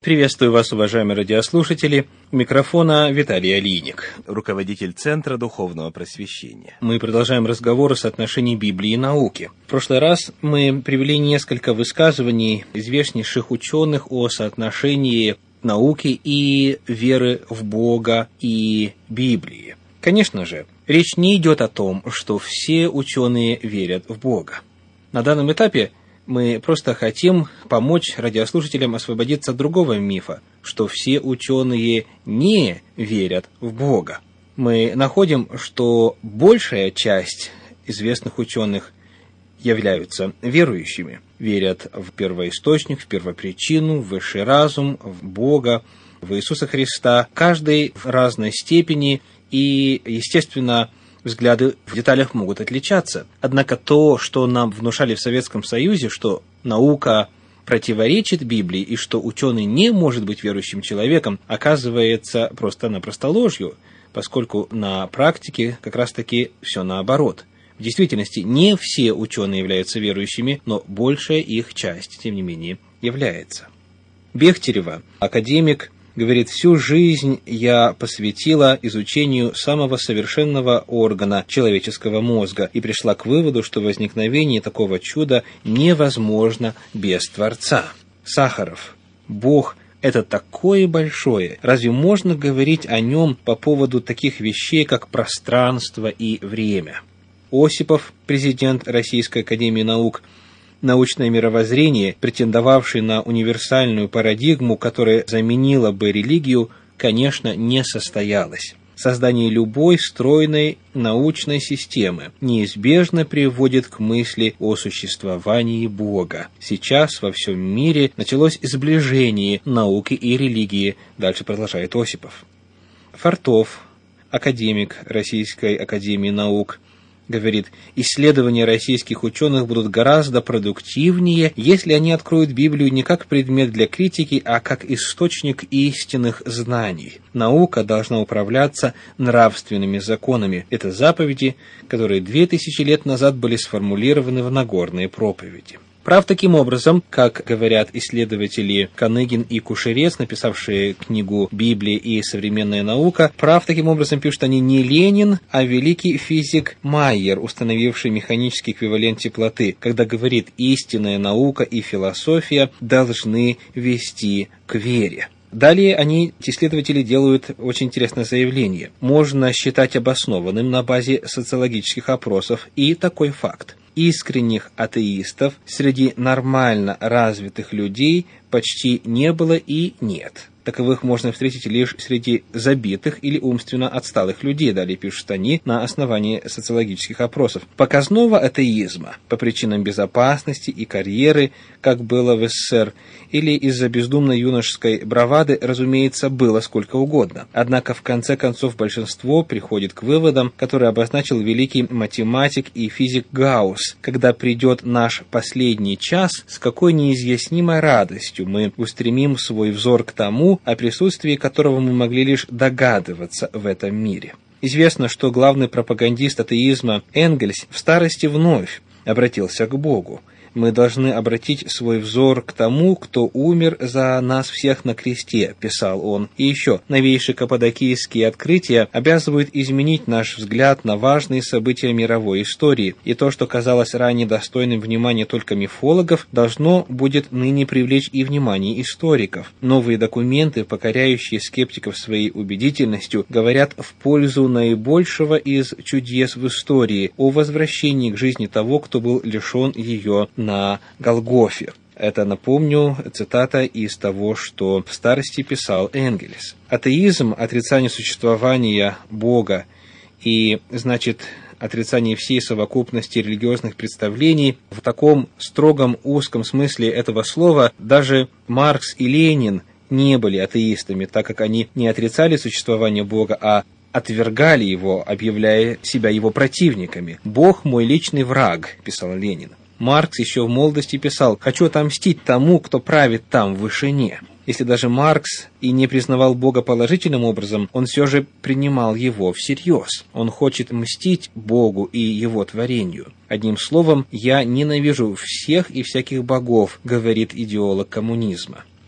Приветствую вас, уважаемые радиослушатели. У микрофона Виталий Алиник, руководитель Центра Духовного Просвещения. Мы продолжаем разговор о соотношении Библии и науки. В прошлый раз мы привели несколько высказываний известнейших ученых о соотношении науки и веры в Бога и Библии. Конечно же, речь не идет о том, что все ученые верят в Бога. На данном этапе мы просто хотим помочь радиослушателям освободиться от другого мифа, что все ученые не верят в Бога. Мы находим, что большая часть известных ученых являются верующими, верят в первоисточник, в первопричину, в высший разум, в Бога, в Иисуса Христа, каждый в разной степени, и, естественно, взгляды в деталях могут отличаться. Однако то, что нам внушали в Советском Союзе, что наука противоречит Библии и что ученый не может быть верующим человеком, оказывается просто-напросто ложью, поскольку на практике как раз-таки все наоборот. В действительности не все ученые являются верующими, но большая их часть, тем не менее, является. Бехтерева, академик, говорит, всю жизнь я посвятила изучению самого совершенного органа человеческого мозга и пришла к выводу, что возникновение такого чуда невозможно без Творца. Сахаров. Бог – это такое большое. Разве можно говорить о нем по поводу таких вещей, как пространство и время? Осипов, президент Российской академии наук. Научное мировоззрение, претендовавшее на универсальную парадигму, которая заменила бы религию, конечно, не состоялось. Создание любой стройной научной системы неизбежно приводит к мысли о существовании Бога. Сейчас во всем мире началось сближение науки и религии, дальше продолжает Осипов. Фартов, академик Российской академии наук, говорит, исследования российских ученых будут гораздо продуктивнее, если они откроют Библию не как предмет для критики, а как источник истинных знаний. Наука должна управляться нравственными законами. Это заповеди, которые 2000 лет назад были сформулированы в Нагорной проповеди. Прав таким образом, как говорят исследователи Каныгин и Кушерец, написавшие книгу «Библия и современная наука», прав таким образом пишут они не Ленин, а великий физик Майер, установивший механический эквивалент теплоты, когда говорит «истинная наука и философия должны вести к вере». Далее исследователи делают очень интересное заявление. Можно считать обоснованным на базе социологических опросов и такой факт. Искренних атеистов среди нормально развитых людей почти не было и нет. Таковых можно встретить лишь среди забитых или умственно отсталых людей, далее пишут они, на основании социологических опросов. Показного атеизма по причинам безопасности и карьеры, как было в СССР, или из-за бездумной юношеской бравады, разумеется, было сколько угодно. Однако, в конце концов, большинство приходит к выводам, которые обозначил великий математик и физик Гаусс. Когда придет наш последний час, с какой неизъяснимой радостью мы устремим свой взор к тому, о присутствии которого мы могли лишь догадываться в этом мире. Известно, что главный пропагандист атеизма Энгельс в старости вновь обратился к Богу. Мы должны обратить свой взор к тому, кто умер за нас всех на кресте, писал он. И еще, новейшие каппадокийские открытия обязывают изменить наш взгляд на важные события мировой истории, и то, что казалось ранее достойным внимания только мифологов, должно будет ныне привлечь и внимание историков. Новые документы, покоряющие скептиков своей убедительностью, говорят в пользу наибольшего из чудес в истории, о возвращении к жизни того, кто был лишен ее на Голгофе. Это, напомню, цитата из того, что в старости писал Энгельс. Атеизм, отрицание существования Бога и, значит, отрицание всей совокупности религиозных представлений, в таком строгом узком смысле этого слова даже Маркс и Ленин не были атеистами, так как они не отрицали существование Бога, а отвергали его, объявляя себя его противниками. «Бог мой личный враг», писал Ленин. Маркс еще в молодости писал: «Хочу отомстить тому, кто правит там, в вышине». Если даже Маркс и не признавал Бога положительным образом, он все же принимал его всерьез. Он хочет мстить Богу и его творению. Одним словом, «я ненавижу всех и всяких богов», говорит идеолог коммунизма.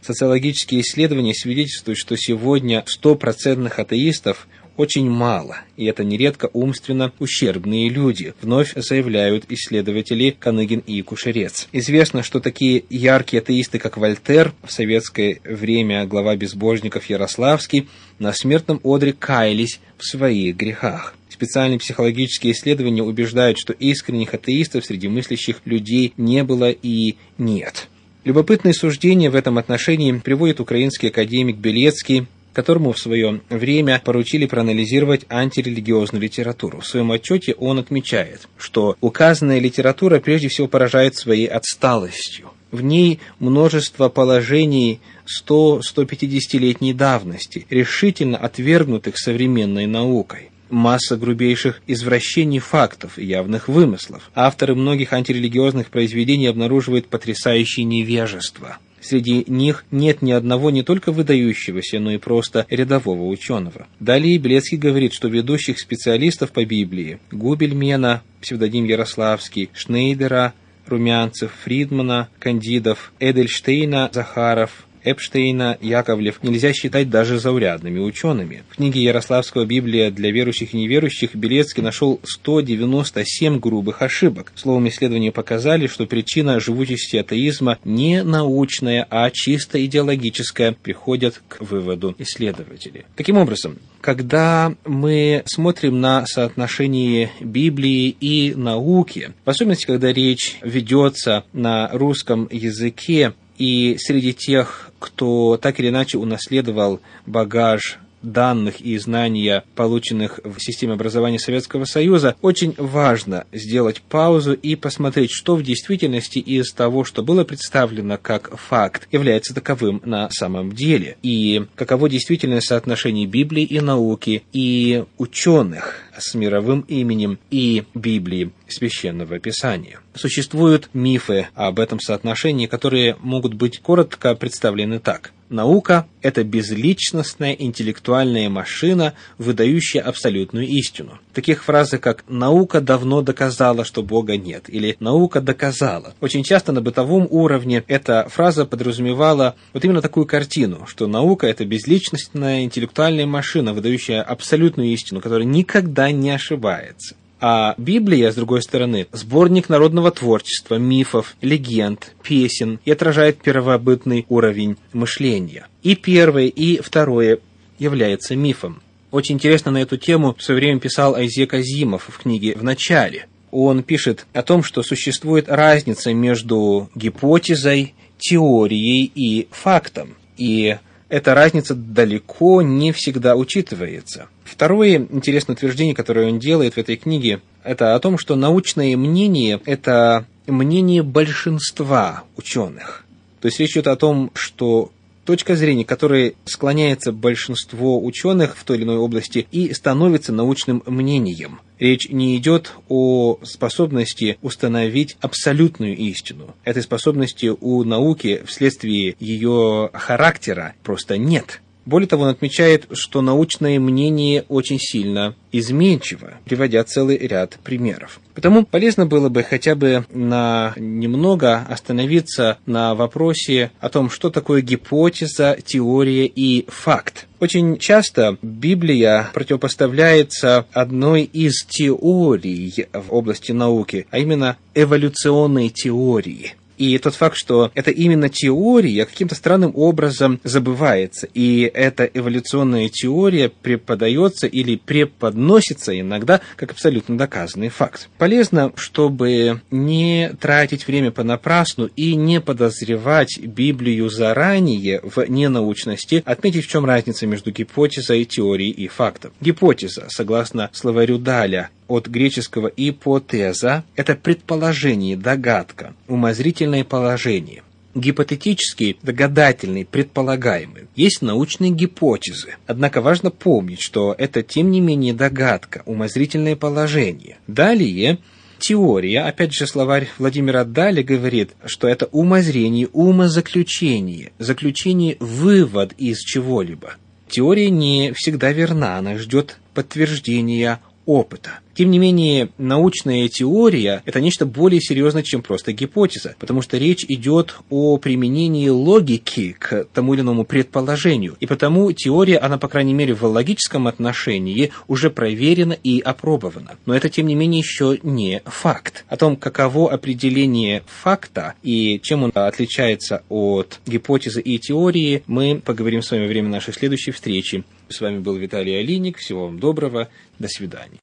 Социологические исследования свидетельствуют, что сегодня 100% атеистов очень мало, и это нередко умственно ущербные люди, вновь заявляют исследователи Каныгин и Кушерец. Известно, что такие яркие атеисты, как Вольтер, в советское время глава безбожников Ярославский, на смертном одре каялись в своих грехах. Специальные психологические исследования убеждают, что искренних атеистов среди мыслящих людей не было и нет. Любопытные суждения в этом отношении приводит украинский академик Белецкий, которому в свое время поручили проанализировать антирелигиозную литературу. В своем отчете он отмечает, что указанная литература прежде всего поражает своей отсталостью. В ней множество положений 100-150-летней давности, решительно отвергнутых современной наукой. Масса грубейших извращений фактов и явных вымыслов. Авторы многих антирелигиозных произведений обнаруживают потрясающее невежество. Среди них нет ни одного не только выдающегося, но и просто рядового ученого. Далее Белецкий говорит, что ведущих специалистов по Библии Губельмена, псевдоним Ярославский, Шнейдера, Румянцев, Фридмана, Кандидов, Эдельштейна, Захаров, Эпштейна, Яковлев нельзя считать даже заурядными учеными. В книге Ярославского «Библия для верующих и неверующих» Белецкий нашел 197 грубых ошибок. Словом, исследования показали, что причина живучести атеизма не научная, а чисто идеологическая, приходят к выводу исследователи. Таким образом, когда мы смотрим на соотношение Библии и науки, в особенности, когда речь ведется на русском языке, и среди тех, кто так или иначе унаследовал багаж данных и знания, полученных в системе образования Советского Союза, очень важно сделать паузу и посмотреть, что в действительности из того, что было представлено как факт, является таковым на самом деле, и каково действительное соотношение Библии и науки, и ученых с мировым именем, и Библии, Священного Писания. Существуют мифы об этом соотношении, которые могут быть коротко представлены так. Наука – это безличностная интеллектуальная машина, выдающая абсолютную истину. Таких фразы, как «наука давно доказала, что Бога нет» или «наука доказала». Очень часто на бытовом уровне эта фраза подразумевала вот именно такую картину, что наука – это безличностная интеллектуальная машина, выдающая абсолютную истину, которая никогда не ошибается. А Библия, с другой стороны, сборник народного творчества, мифов, легенд, песен и отражает первобытный уровень мышления. И первое, и второе является мифом. Очень интересно на эту тему в свое время писал Айзек Азимов в книге «В начале». Он пишет о том, что существует разница между гипотезой, теорией и фактом. И эта разница далеко не всегда учитывается. Второе интересное утверждение, которое он делает в этой книге, это о том, что научное мнение – это мнение большинства ученых. То есть речь идет о том, что точка зрения, к которой склоняется большинство ученых в той или иной области, и становится научным мнением. Речь не идет о способности установить абсолютную истину. Этой способности у науки вследствие ее характера просто нет. Более того, он отмечает, что научное мнение очень сильно изменчиво, приводя целый ряд примеров. Потому полезно было бы хотя бы на немного остановиться на вопросе о том, что такое гипотеза, теория и факт. Очень часто Библия противопоставляется одной из теорий в области науки, а именно эволюционной теории. И тот факт, что это именно теория, каким-то странным образом забывается. И эта эволюционная теория преподается или преподносится иногда как абсолютно доказанный факт. Полезно, чтобы не тратить время понапрасну и не подозревать Библию заранее в ненаучности, отметить, в чем разница между гипотезой, теорией и фактом. Гипотеза, согласно словарю Даля, от греческого «ипотеза» – это предположение, догадка, умозрительное положение. Гипотетический, догадательный, предполагаемый. Есть научные гипотезы. Однако важно помнить, что это, тем не менее, догадка, умозрительное положение. Далее теория, опять же, словарь Владимира Даля говорит, что это умозрение, умозаключение, заключение, вывод из чего-либо. Теория не всегда верна, она ждет подтверждения опыта. Тем не менее, научная теория – это нечто более серьезное, чем просто гипотеза, потому что речь идет о применении логики к тому или иному предположению. И потому теория, она, по крайней мере, в логическом отношении уже проверена и опробована. Но это, тем не менее, еще не факт. О том, каково определение факта и чем он отличается от гипотезы и теории, мы поговорим с вами во время нашей следующей встречи. С вами был Виталий Алиник. Всего вам доброго. До свидания.